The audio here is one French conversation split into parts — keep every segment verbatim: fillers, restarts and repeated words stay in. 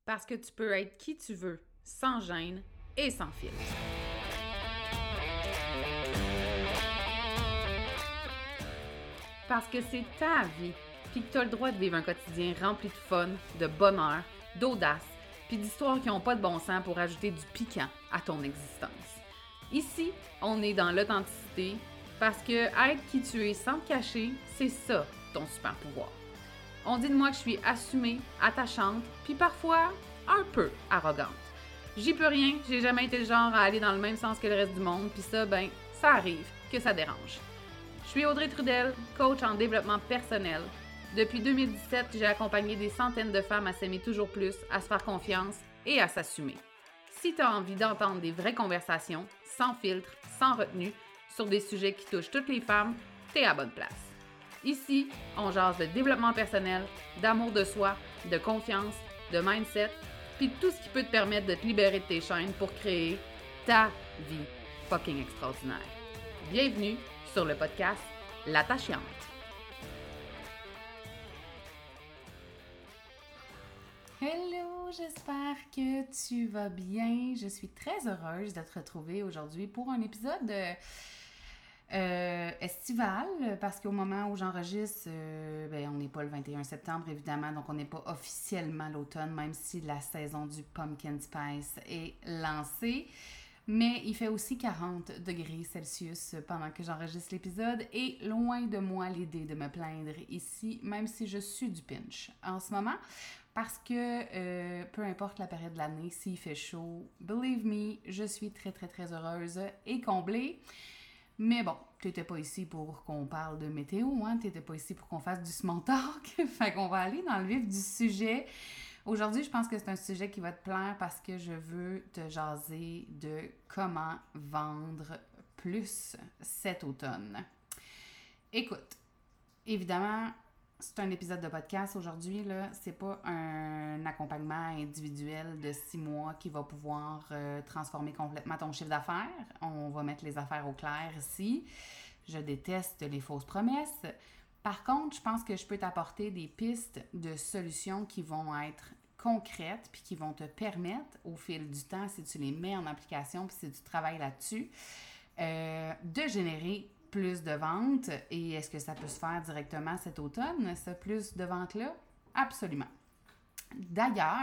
Parce que tu peux être qui tu veux, sans gêne et sans filtre. Parce que c'est ta vie, puis que tu as le droit de vivre un quotidien rempli de fun, de bonheur, d'audace, puis d'histoires qui n'ont pas de bon sens pour ajouter du piquant à ton existence. Ici, on est dans l'authenticité, parce que être qui tu es sans te cacher, c'est ça ton super pouvoir. On dit de moi que je suis assumée, attachante, puis parfois un peu arrogante. J'y peux rien, j'ai jamais été le genre à aller dans le même sens que le reste du monde, puis ça, ben, ça arrive que ça dérange. Je suis Audrey Trudel, coach en développement personnel. Depuis deux mille dix-sept, j'ai accompagné des centaines de femmes à s'aimer toujours plus, à se faire confiance et à s'assumer. Si tu as envie d'entendre des vraies conversations, sans filtre, sans retenue, sur des sujets qui touchent toutes les femmes, t'es à bonne place. Ici, on jase de développement personnel, d'amour de soi, de confiance, de mindset, puis tout ce qui peut te permettre de te libérer de tes chaînes pour créer ta vie fucking extraordinaire. Bienvenue sur le podcast L'Attachante. Hello, j'espère que tu vas bien. Je suis très heureuse de te retrouver aujourd'hui pour un épisode euh, euh, estival, parce qu'au moment où j'enregistre, euh, ben, on n'est pas le vingt et un septembre évidemment, donc on n'est pas officiellement l'automne, même si la saison du pumpkin spice est lancée. Mais il fait aussi quarante degrés Celsius pendant que j'enregistre l'épisode et loin de moi l'idée de me plaindre ici, même si je suis du pinch en ce moment, parce que euh, peu importe la période de l'année, s'il fait chaud, believe me, je suis très très très heureuse et comblée. Mais bon, t'étais pas ici pour qu'on parle de météo, hein? T'étais pas ici pour qu'on fasse du small talk. Fait qu'on va aller dans le vif du sujet. Aujourd'hui, je pense que c'est un sujet qui va te plaire parce que je veux te jaser de comment vendre plus cet automne. Écoute, évidemment, c'est un épisode de podcast aujourd'hui, là. C'est pas un accompagnement individuel de six mois qui va pouvoir euh, transformer complètement ton chiffre d'affaires. On va mettre les affaires au clair ici. Je déteste les fausses promesses. Par contre, je pense que je peux t'apporter des pistes de solutions qui vont être concrètes puis qui vont te permettre, au fil du temps, si tu les mets en application puis si tu travailles là-dessus, euh, de générer plus de ventes. Et est-ce que ça peut se faire directement cet automne, ce plus de ventes-là? Absolument. D'ailleurs,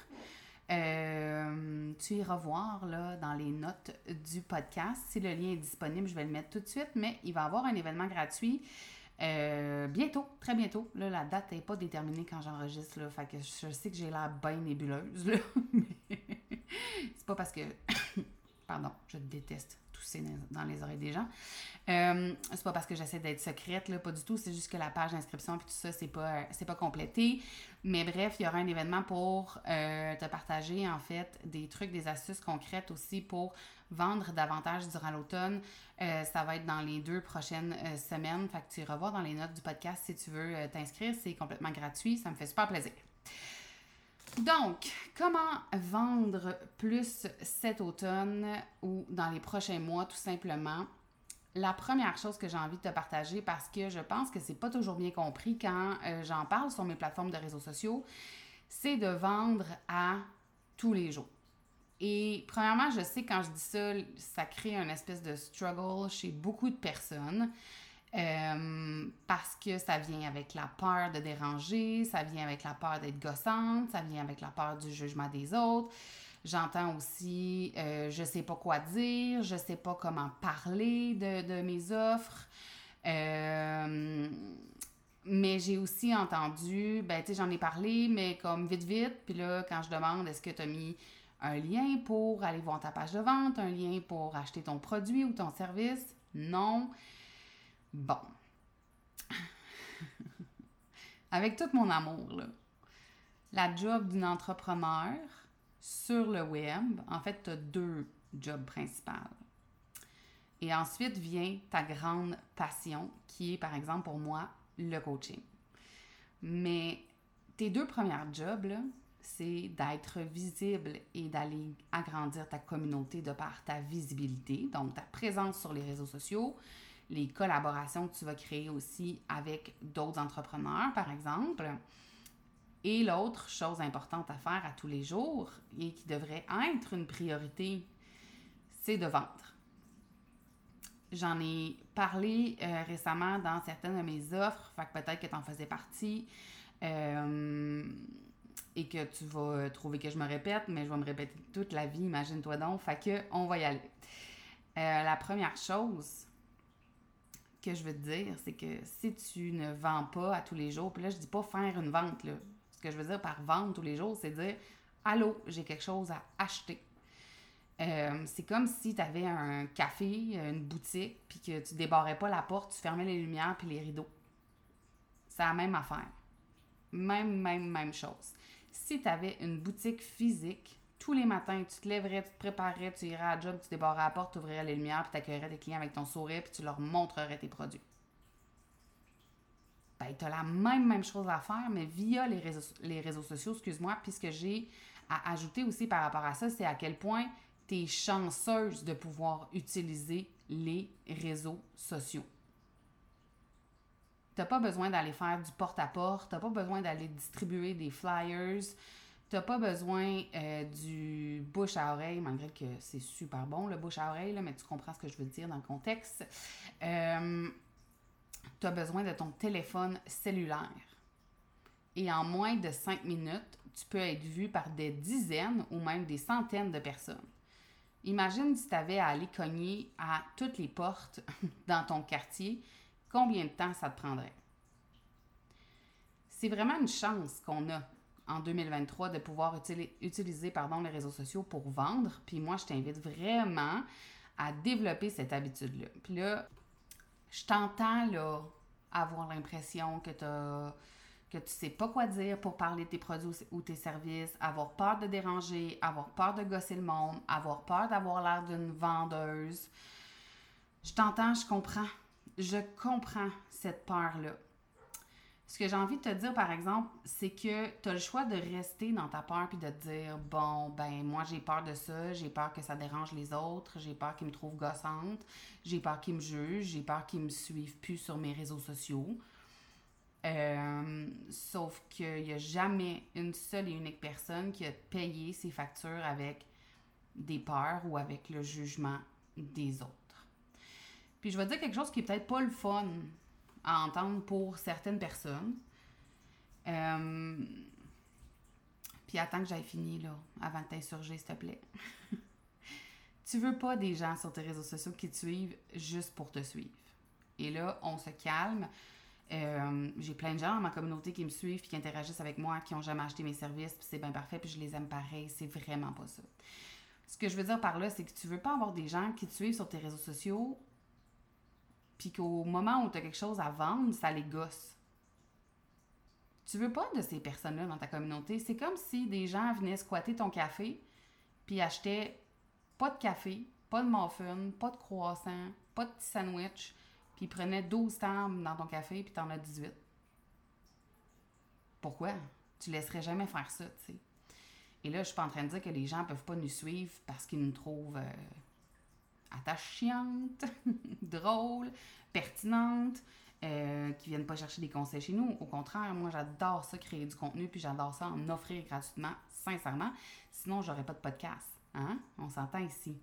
euh, tu iras voir là, dans les notes du podcast. Si le lien est disponible, je vais le mettre tout de suite, mais il va y avoir un événement gratuit euh, bientôt, très bientôt. Là, la date n'est pas déterminée quand j'enregistre, là, fait que je sais que j'ai l'air bien nébuleuse, là, mais c'est pas parce que... Pardon, je déteste tousser dans les oreilles des gens. Euh, c'est pas parce que j'essaie d'être secrète, là, pas du tout. C'est juste que la page d'inscription et tout ça, c'est pas, c'est pas complété. Mais bref, il y aura un événement pour euh, te partager, en fait, des trucs, des astuces concrètes aussi pour vendre davantage durant l'automne. Euh, ça va être dans les deux prochaines euh, semaines. Fait que tu iras voir dans les notes du podcast si tu veux euh, t'inscrire. C'est complètement gratuit. Ça me fait super plaisir. Donc, comment vendre plus cet automne ou dans les prochains mois, tout simplement? La première chose que j'ai envie de te partager, parce que je pense que c'est pas toujours bien compris quand euh, j'en parle sur mes plateformes de réseaux sociaux, c'est de vendre à tous les jours. Et premièrement, je sais que quand je dis ça, ça crée une espèce de struggle chez beaucoup de personnes. Euh, parce que ça vient avec la peur de déranger, ça vient avec la peur d'être gossante, ça vient avec la peur du jugement des autres. J'entends aussi euh, je sais pas quoi dire, je sais pas comment parler de, de mes offres. Euh, mais j'ai aussi entendu, ben tu sais, j'en ai parlé, mais comme vite vite, puis là, quand je demande est-ce que tu as mis un lien pour aller voir ta page de vente, un lien pour acheter ton produit ou ton service? Non. Bon. Avec tout mon amour, là, la job d'une entrepreneur sur le web, en fait, tu as deux jobs principales. Et ensuite vient ta grande passion, qui est, par exemple, pour moi, le coaching. Mais tes deux premières jobs, là, c'est d'être visible et d'aller agrandir ta communauté de par ta visibilité, donc ta présence sur les réseaux sociaux, les collaborations que tu vas créer aussi avec d'autres entrepreneurs, par exemple. Et l'autre chose importante à faire à tous les jours et qui devrait être une priorité, c'est de vendre. J'en ai parlé euh, récemment dans certaines de mes offres, fait que peut-être que tu en faisais partie euh, et que tu vas trouver que je me répète, mais je vais me répéter toute la vie, imagine-toi donc, fait que on va y aller. Euh, la première chose que je veux te dire, c'est que si tu ne vends pas à tous les jours, puis là je dis pas faire une vente, là. Ce que je veux dire par vendre tous les jours, c'est dire « Allô, j'ai quelque chose à acheter ». Euh, c'est comme si tu avais un café, une boutique, puis que tu débarrais pas la porte, tu fermais les lumières puis les rideaux. C'est la même affaire. Même, même, même chose. Si tu avais une boutique physique, tous les matins, tu te lèverais, tu te préparerais, tu irais à la job, tu débarrais la porte, tu ouvrirais les lumières, puis tu accueillerais tes clients avec ton sourire, puis tu leur montrerais tes produits. Ben, tu as la même, même chose à faire, mais via les réseaux, les réseaux sociaux, excuse-moi. Puis ce que j'ai à ajouter aussi par rapport à ça, c'est à quel point tu es chanceuse de pouvoir utiliser les réseaux sociaux. Tu n'as pas besoin d'aller faire du porte-à-porte, tu n'as pas besoin d'aller distribuer des flyers, tu n'as pas besoin euh, du bouche à oreille, malgré que c'est super bon le bouche à oreille, là, mais tu comprends ce que je veux dire dans le contexte. Euh, tu as besoin de ton téléphone cellulaire. Et en moins de cinq minutes, tu peux être vu par des dizaines ou même des centaines de personnes. Imagine si tu avais à aller cogner à toutes les portes dans ton quartier, combien de temps ça te prendrait? C'est vraiment une chance qu'on a en deux mille vingt-trois de pouvoir utili- utiliser pardon, les réseaux sociaux pour vendre. Puis moi, je t'invite vraiment à développer cette habitude-là. Puis là, je t'entends là, avoir l'impression que tu as... que tu sais pas quoi dire pour parler de tes produits ou tes services, avoir peur de déranger, avoir peur de gosser le monde, avoir peur d'avoir l'air d'une vendeuse. Je t'entends, je comprends. Je comprends cette peur-là. Ce que j'ai envie de te dire, par exemple, c'est que tu as le choix de rester dans ta peur puis de te dire, bon, ben moi j'ai peur de ça, j'ai peur que ça dérange les autres, j'ai peur qu'ils me trouvent gossante, j'ai peur qu'ils me jugent, j'ai peur qu'ils me suivent plus sur mes réseaux sociaux. Euh, sauf qu'il n'y a jamais une seule et unique personne qui a payé ses factures avec des peurs ou avec le jugement des autres. Puis je vais te dire quelque chose qui est peut-être pas le fun à entendre pour certaines personnes. Euh, puis attends que j'aille fini là, avant de t'insurger, s'il te plaît. Tu veux pas des gens sur tes réseaux sociaux qui te suivent juste pour te suivre. Et là, on se calme. Euh, j'ai plein de gens dans ma communauté qui me suivent puis qui interagissent avec moi, qui n'ont jamais acheté mes services, puis c'est bien parfait, puis je les aime pareil. C'est vraiment pas ça. Ce que je veux dire par là, c'est que tu veux pas avoir des gens qui te suivent sur tes réseaux sociaux puis qu'au moment où tu as quelque chose à vendre, ça les gosse. Tu veux pas de ces personnes-là dans ta communauté. C'est comme si des gens venaient squatter ton café puis achetaient pas de café, pas de muffin, pas de croissant, pas de petit sandwich, puis ils prenaient douze tables dans ton café, puis t'en as dix-huit. Pourquoi? Tu laisserais jamais faire ça, tu sais. Et là, je suis pas en train de dire que les gens peuvent pas nous suivre parce qu'ils nous trouvent euh, attachantes, drôles, pertinentes, euh, qui viennent pas chercher des conseils chez nous. Au contraire, moi, j'adore ça, créer du contenu, puis j'adore ça en offrir gratuitement, sincèrement. Sinon, j'aurais pas de podcast. Hein? On s'entend ici.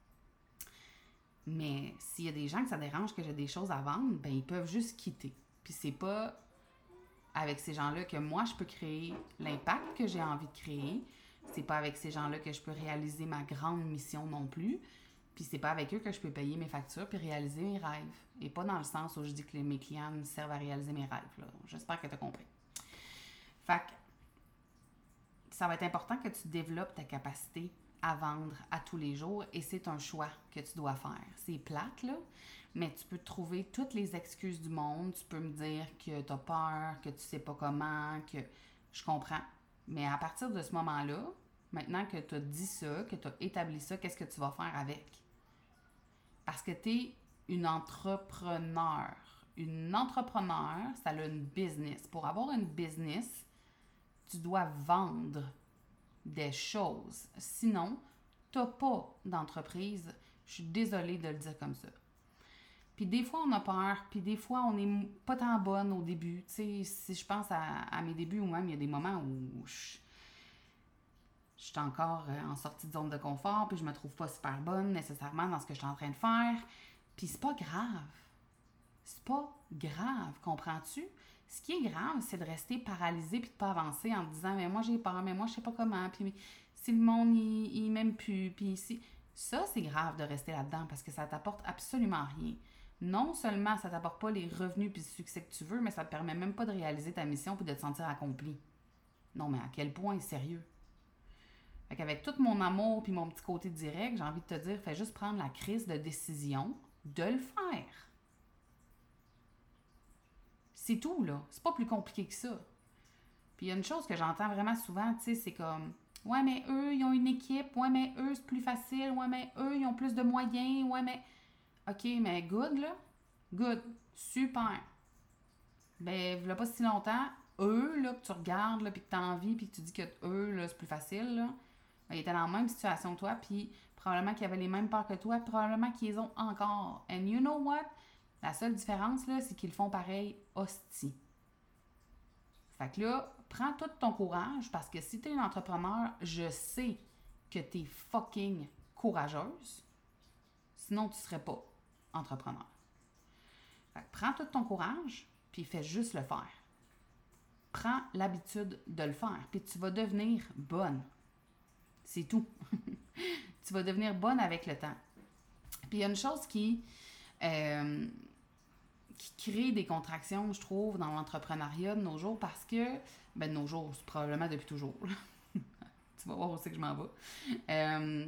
Mais s'il y a des gens que ça dérange que j'ai des choses à vendre, ben ils peuvent juste quitter. Puis c'est pas avec ces gens-là que moi je peux créer l'impact que j'ai envie de créer. C'est pas avec ces gens-là que je peux réaliser ma grande mission non plus. Puis c'est pas avec eux que je peux payer mes factures puis réaliser mes rêves. Et pas dans le sens où je dis que mes clients me servent à réaliser mes rêves. Là. J'espère que tu as compris. Fait que ça va être important que tu développes ta capacité à vendre à tous les jours et c'est un choix que tu dois faire. C'est plate, là, mais tu peux trouver toutes les excuses du monde. Tu peux me dire que tu as peur, que tu sais pas comment, que je comprends. Mais à partir de ce moment-là, maintenant que tu as dit ça, que tu as établi ça, qu'est-ce que tu vas faire avec? Parce que tu es une entrepreneur. Une entrepreneur, ça a une business. Pour avoir une business, tu dois vendre des choses. Sinon, tu n'as pas d'entreprise. Je suis désolée de le dire comme ça. Puis des fois, on a peur, puis des fois, on n'est pas tant bonne au début. Tu sais, si je pense à, à mes débuts, ou même il y a des moments où je, je suis encore en sortie de zone de confort, puis je me trouve pas super bonne nécessairement dans ce que je suis en train de faire. Puis c'est pas grave. C'est pas grave, comprends-tu? Ce qui est grave, c'est de rester paralysé puis de pas avancer en te disant « mais moi j'ai peur, mais moi je sais pas comment, puis si le monde il, il m'aime plus, puis si... » Ça, c'est grave de rester là-dedans parce que ça t'apporte absolument rien. Non seulement ça t'apporte pas les revenus puis le succès que tu veux, mais ça te permet même pas de réaliser ta mission puis de te sentir accompli. Non, mais à quel point, sérieux? Fait qu'avec tout mon amour puis mon petit côté direct, j'ai envie de te dire, fais juste prendre la crise de décision de le faire. C'est tout, là. C'est pas plus compliqué que ça. Puis il y a une chose que j'entends vraiment souvent, tu sais, c'est comme « ouais, mais eux, ils ont une équipe. Ouais, mais eux, c'est plus facile. Ouais, mais eux, ils ont plus de moyens. Ouais, mais... » OK, mais good, là. Good. Super. Ben, il y a pas si longtemps, eux, là, que tu regardes, là, puis que tu as envie, puis que tu dis que eux, là, c'est plus facile, là, ben, ils étaient dans la même situation que toi, puis probablement qu'ils avaient les mêmes peurs que toi, probablement qu'ils les ont encore. And you know what? La seule différence, là, c'est qu'ils le font pareil, hostie. Fait que là, prends tout ton courage, parce que si tu es une entrepreneur, je sais que tu es fucking courageuse. Sinon, tu ne serais pas entrepreneur. Fait que prends tout ton courage, puis fais juste le faire. Prends l'habitude de le faire, puis tu vas devenir bonne. C'est tout. Tu vas devenir bonne avec le temps. Puis il y a une chose qui, euh, qui crée des contractions, je trouve, dans l'entrepreneuriat de nos jours, parce que, ben de nos jours, c'est probablement depuis toujours. Tu vas voir où c'est que je m'en vais. Euh,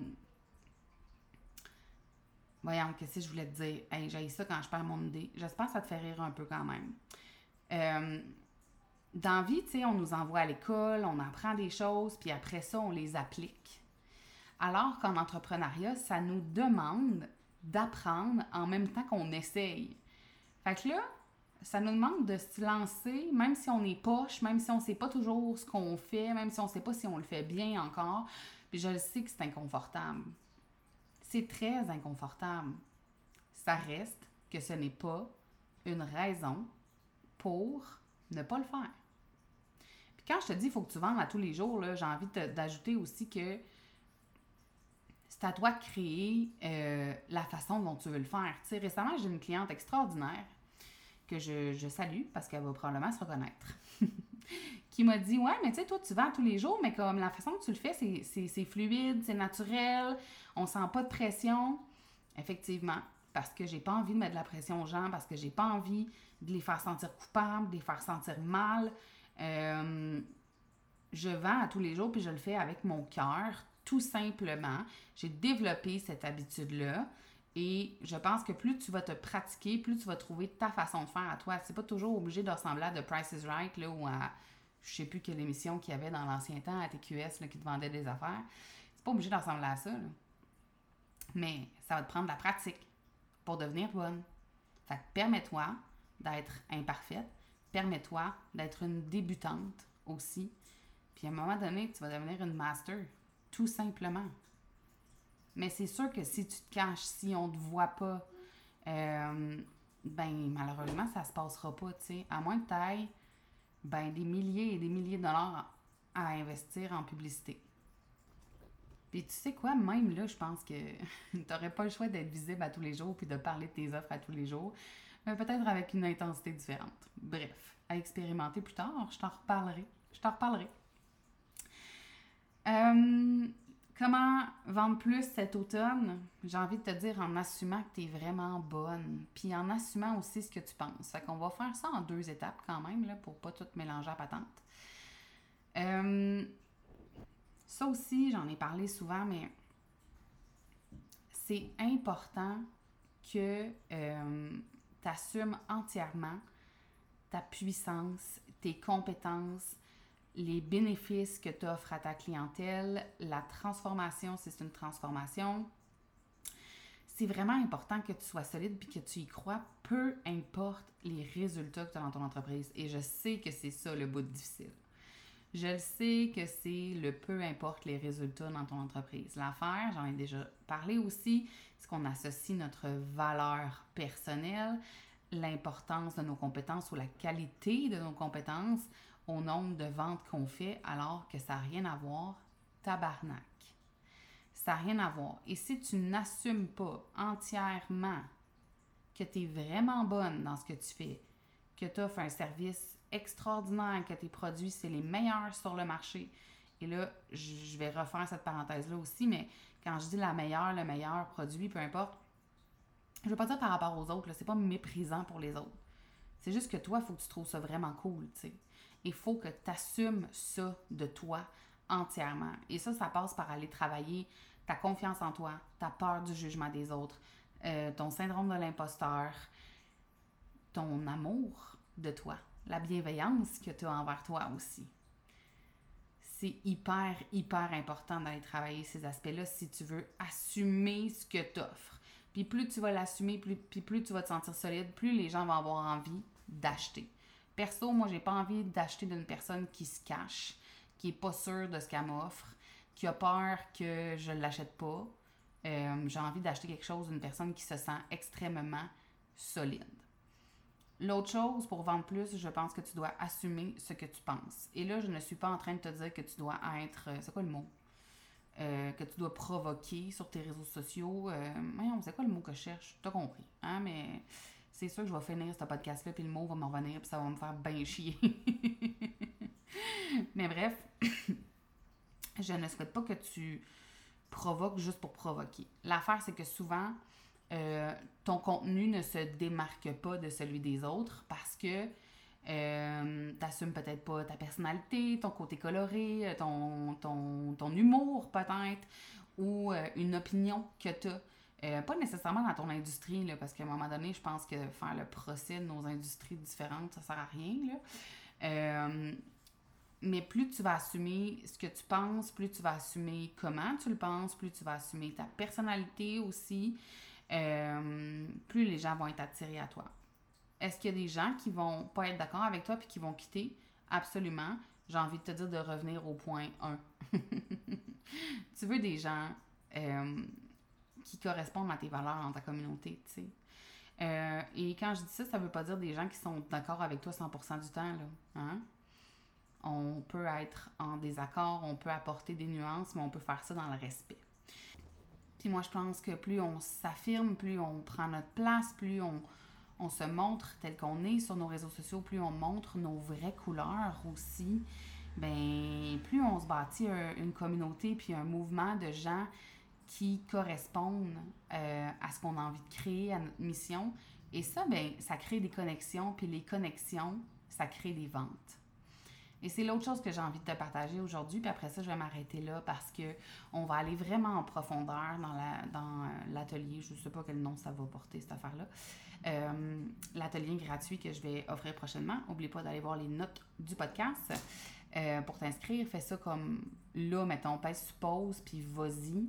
Voyons, qu'est-ce que je voulais te dire? Hey, j'ai ça quand je perds mon idée. J'espère que ça te fait rire un peu quand même. Euh, dans la vie, tu sais, on nous envoie à l'école, on apprend des choses, puis après ça, on les applique. Alors qu'en entrepreneuriat, ça nous demande d'apprendre en même temps qu'on essaye. Fait que là, ça nous demande de se lancer, même si on est poche, même si on ne sait pas toujours ce qu'on fait, même si on ne sait pas si on le fait bien encore. Puis je le sais que c'est inconfortable. C'est très inconfortable. Ça reste que ce n'est pas une raison pour ne pas le faire. Puis quand je te dis qu'il faut que tu vendes à tous les jours, là, j'ai envie de, d'ajouter aussi que c'est à toi de créer euh, la façon dont tu veux le faire. Tu sais, récemment, j'ai une cliente extraordinaire que je, je salue parce qu'elle va probablement se reconnaître. Qui m'a dit « ouais, mais tu sais, toi, tu vends tous les jours, mais comme la façon que tu le fais, c'est, c'est, c'est fluide, c'est naturel, on sent pas de pression. » Effectivement, parce que j'ai pas envie de mettre de la pression aux gens, parce que j'ai pas envie de les faire sentir coupables, de les faire sentir mal. Euh, je vends à tous les jours, puis je le fais avec mon cœur, tout simplement. J'ai développé cette habitude-là. Et je pense que plus tu vas te pratiquer, plus tu vas trouver ta façon de faire à toi. C'est pas toujours obligé de ressembler à The Price is Right, là, ou à je sais plus quelle émission qu'il y avait dans l'ancien temps à T Q S là, qui te vendait des affaires. C'est pas obligé de ressembler à ça. Là. Mais ça va te prendre de la pratique pour devenir bonne. Fait que permets-toi d'être imparfaite. Permets-toi d'être une débutante aussi. Puis à un moment donné, tu vas devenir une master. Tout simplement. Mais c'est sûr que si tu te caches, si on ne te voit pas, euh, ben malheureusement, ça se passera pas, tu sais. À moins que tu ailles ben, des milliers et des milliers de dollars à investir en publicité. Puis tu sais quoi, même là, je pense que tu n'aurais pas le choix d'être visible à tous les jours puis de parler de tes offres à tous les jours, mais peut-être avec une intensité différente. Bref, à expérimenter plus tard, je t'en reparlerai. Je t'en reparlerai. Euh... Comment vendre plus cet automne? J'ai envie de te dire en assumant que tu es vraiment bonne. Puis en assumant aussi ce que tu penses. Fait qu'on va faire ça en deux étapes quand même, là, pour pas tout mélanger à patente. Euh, ça aussi, j'en ai parlé souvent, mais c'est important que euh, tu assumes entièrement ta puissance, tes compétences, les bénéfices que tu offres à ta clientèle, la transformation, si c'est une transformation. C'est vraiment important que tu sois solide puis que tu y crois, peu importe les résultats que tu as dans ton entreprise. Et je sais que c'est ça le bout difficile. Je le sais que c'est le peu importe les résultats dans ton entreprise. L'affaire, j'en ai déjà parlé aussi, c'est qu'on associe notre valeur personnelle, l'importance de nos compétences ou la qualité de nos compétences au nombre de ventes qu'on fait, alors que ça n'a rien à voir. Tabarnak. Ça n'a rien à voir. Et si tu n'assumes pas entièrement que tu es vraiment bonne dans ce que tu fais, que tu offres un service extraordinaire, que tes produits, c'est les meilleurs sur le marché. Et là, je vais refaire cette parenthèse-là aussi, mais quand je dis la meilleure, le meilleur produit, peu importe, je veux pas dire par rapport aux autres, là, c'est pas méprisant pour les autres. C'est juste que toi, il faut que tu trouves ça vraiment cool, tu sais. Il faut que tu assumes ça de toi entièrement. Et ça, ça passe par aller travailler ta confiance en toi, ta peur du jugement des autres, euh, ton syndrome de l'imposteur, ton amour de toi, la bienveillance que tu as envers toi aussi. C'est hyper, hyper important d'aller travailler ces aspects-là si tu veux assumer ce que tu offres. Puis plus tu vas l'assumer, plus, puis plus tu vas te sentir solide, plus les gens vont avoir envie d'acheter. Perso, moi, j'ai pas envie d'acheter d'une personne qui se cache, qui est pas sûre de ce qu'elle m'offre, qui a peur que je l'achète pas. Euh, j'ai envie d'acheter quelque chose d'une personne qui se sent extrêmement solide. L'autre chose, pour vendre plus, je pense que tu dois assumer ce que tu penses. Et là, je ne suis pas en train de te dire que tu dois être... C'est quoi le mot? Euh, que tu dois provoquer sur tes réseaux sociaux. Euh, voyons, c'est quoi le mot que je cherche? Tu as compris, hein? Mais c'est sûr que je vais finir ce podcast-là, puis le mot va m'en revenir, puis ça va me faire bien chier. Mais bref, je ne souhaite pas que tu provoques juste pour provoquer. L'affaire, c'est que souvent, euh, ton contenu ne se démarque pas de celui des autres parce que Euh, t'assumes peut-être pas ta personnalité, ton côté coloré, ton, ton, ton humour peut-être, ou euh, une opinion que t'as. Euh, pas nécessairement dans ton industrie, là, parce qu'à un moment donné, je pense que faire le procès de nos industries différentes, ça sert à rien. Là. Euh, mais plus tu vas assumer ce que tu penses, plus tu vas assumer comment tu le penses, plus tu vas assumer ta personnalité aussi, euh, plus les gens vont être attirés à toi. Est-ce qu'il y a des gens qui vont pas être d'accord avec toi puis qui vont quitter? Absolument. J'ai envie de te dire de revenir au point un. Tu veux des gens euh, qui correspondent à tes valeurs dans ta communauté, tu sais. Euh, et quand je dis ça, ça veut pas dire des gens qui sont d'accord avec toi cent pour cent du temps, là. Hein? On peut être en désaccord, on peut apporter des nuances, mais on peut faire ça dans le respect. Puis moi, je pense que plus on s'affirme, plus on prend notre place, plus on... on se montre tel qu'on est sur nos réseaux sociaux, plus on montre nos vraies couleurs aussi, ben plus on se bâtit un, une communauté puis un mouvement de gens qui correspondent euh, à ce qu'on a envie de créer, à notre mission. Et ça, ben ça crée des connexions, puis les connexions, ça crée des ventes. Et c'est l'autre chose que j'ai envie de te partager aujourd'hui, puis après ça, je vais m'arrêter là parce que on va aller vraiment en profondeur dans, la, dans l'atelier. Je ne sais pas quel nom ça va porter, cette affaire-là. Euh, l'atelier gratuit que je vais offrir prochainement. N'oublie pas d'aller voir les notes du podcast. Euh, pour t'inscrire, fais ça comme là, mettons, pèse sur pause, puis vas-y.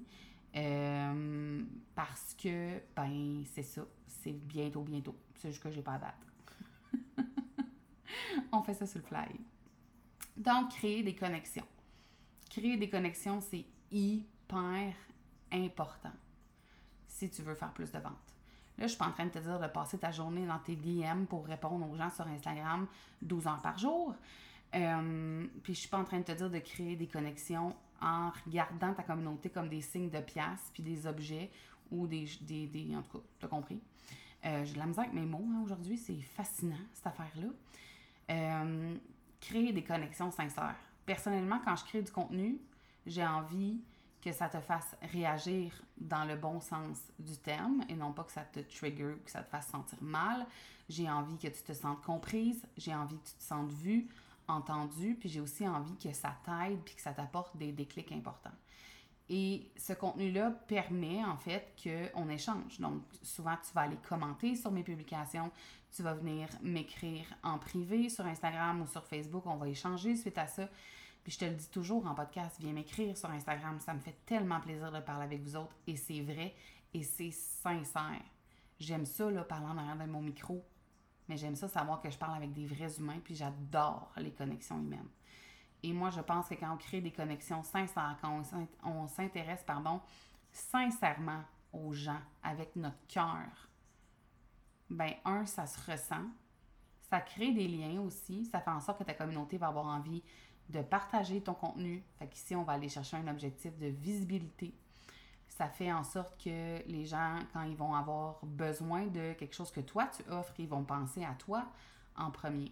Euh, parce que, ben, c'est ça. C'est bientôt, bientôt. C'est juste que j'ai pas de date. On fait ça sur le fly. Donc, créer des connexions. Créer des connexions, c'est hyper important si tu veux faire plus de ventes. Là, je ne suis pas en train de te dire de passer ta journée dans tes D M pour répondre aux gens sur Instagram douze heures par jour. Euh, puis, je ne suis pas en train de te dire de créer des connexions en regardant ta communauté comme des signes de pièces, puis des objets ou des... des, des en tout cas, tu as compris. Euh, j'ai de la misère avec mes mots hein, aujourd'hui. C'est fascinant, cette affaire-là. Euh, créer des connexions sincères. Personnellement, quand je crée du contenu, j'ai envie que ça te fasse réagir dans le bon sens du terme et non pas que ça te trigger ou que ça te fasse sentir mal. J'ai envie que tu te sentes comprise, j'ai envie que tu te sentes vue, entendue, puis j'ai aussi envie que ça t'aide puis que ça t'apporte des déclics importants. Et ce contenu-là permet en fait qu'on échange. Donc, souvent, tu vas aller commenter sur mes publications, tu vas venir m'écrire en privé sur Instagram ou sur Facebook, on va échanger suite à ça. Puis je te le dis toujours en podcast, viens m'écrire sur Instagram, ça me fait tellement plaisir de parler avec vous autres et c'est vrai et c'est sincère. J'aime ça, là, parler en arrière de mon micro, mais j'aime ça savoir que je parle avec des vrais humains puis j'adore les connexions humaines. Et moi, je pense que quand on crée des connexions sincères, quand on s'intéresse, pardon, sincèrement aux gens, avec notre cœur, ben un, ça se ressent. Ça crée des liens aussi. Ça fait en sorte que ta communauté va avoir envie de partager ton contenu. Fait qu'ici, on va aller chercher un objectif de visibilité. Ça fait en sorte que les gens, quand ils vont avoir besoin de quelque chose que toi, tu offres, ils vont penser à toi en premier.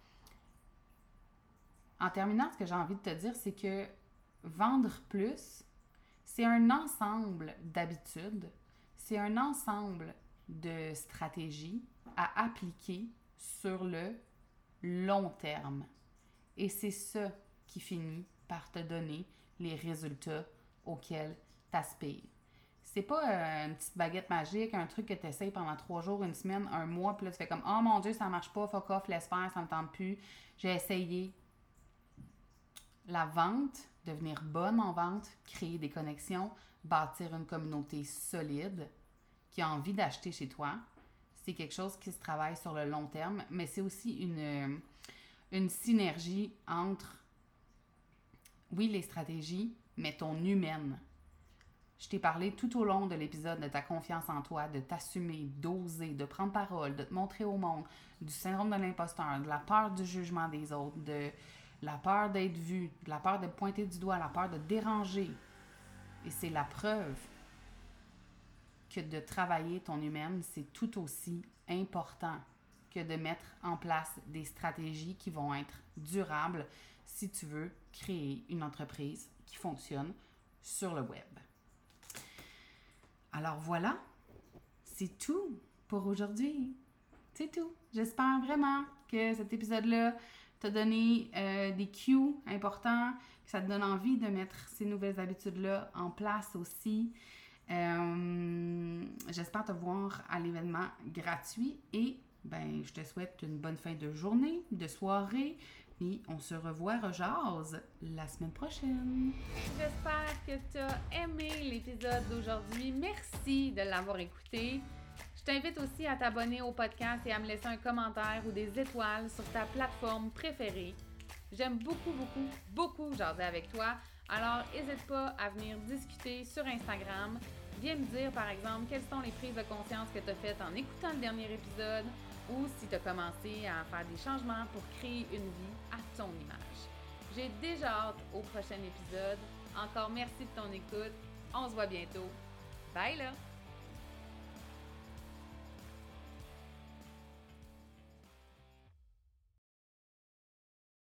En terminant, ce que j'ai envie de te dire, c'est que vendre plus, c'est un ensemble d'habitudes, c'est un ensemble de stratégies à appliquer sur le long terme. Et c'est ça qui finit par te donner les résultats auxquels tu aspires. C'est pas euh, une petite baguette magique, un truc que tu essayes pendant trois jours, une semaine, un mois, puis là tu fais comme « Oh mon Dieu, ça marche pas, fuck off, laisse faire, ça me tente plus, j'ai essayé. » La vente, devenir bonne en vente, créer des connexions, bâtir une communauté solide qui a envie d'acheter chez toi, c'est quelque chose qui se travaille sur le long terme, mais c'est aussi une, une synergie entre, oui, les stratégies, mais ton humaine. Je t'ai parlé tout au long de l'épisode de ta confiance en toi, de t'assumer, d'oser, de prendre parole, de te montrer au monde, du syndrome de l'imposteur, de la peur du jugement des autres, de la peur d'être vu, de la peur de pointer du doigt, la peur de déranger. Et c'est la preuve que de travailler ton humaine, c'est tout aussi important que de mettre en place des stratégies qui vont être durables si tu veux créer une entreprise qui fonctionne sur le web. Alors voilà, c'est tout pour aujourd'hui. C'est tout. J'espère vraiment que cet épisode-là t'a donné euh, des cues importants, que ça te donne envie de mettre ces nouvelles habitudes-là en place aussi. Euh, j'espère te voir à l'événement gratuit et ben, je te souhaite une bonne fin de journée, de soirée et on se revoit rejase la semaine prochaine. J'espère que tu as aimé l'épisode d'aujourd'hui. Merci de l'avoir écouté. Je t'invite aussi à t'abonner au podcast et à me laisser un commentaire ou des étoiles sur ta plateforme préférée. J'aime beaucoup, beaucoup, beaucoup jaser avec toi. Alors, n'hésite pas à venir discuter sur Instagram. Viens me dire, par exemple, quelles sont les prises de conscience que tu as faites en écoutant le dernier épisode ou si tu as commencé à faire des changements pour créer une vie à ton image. J'ai déjà hâte au prochain épisode. Encore merci de ton écoute. On se voit bientôt. Bye là!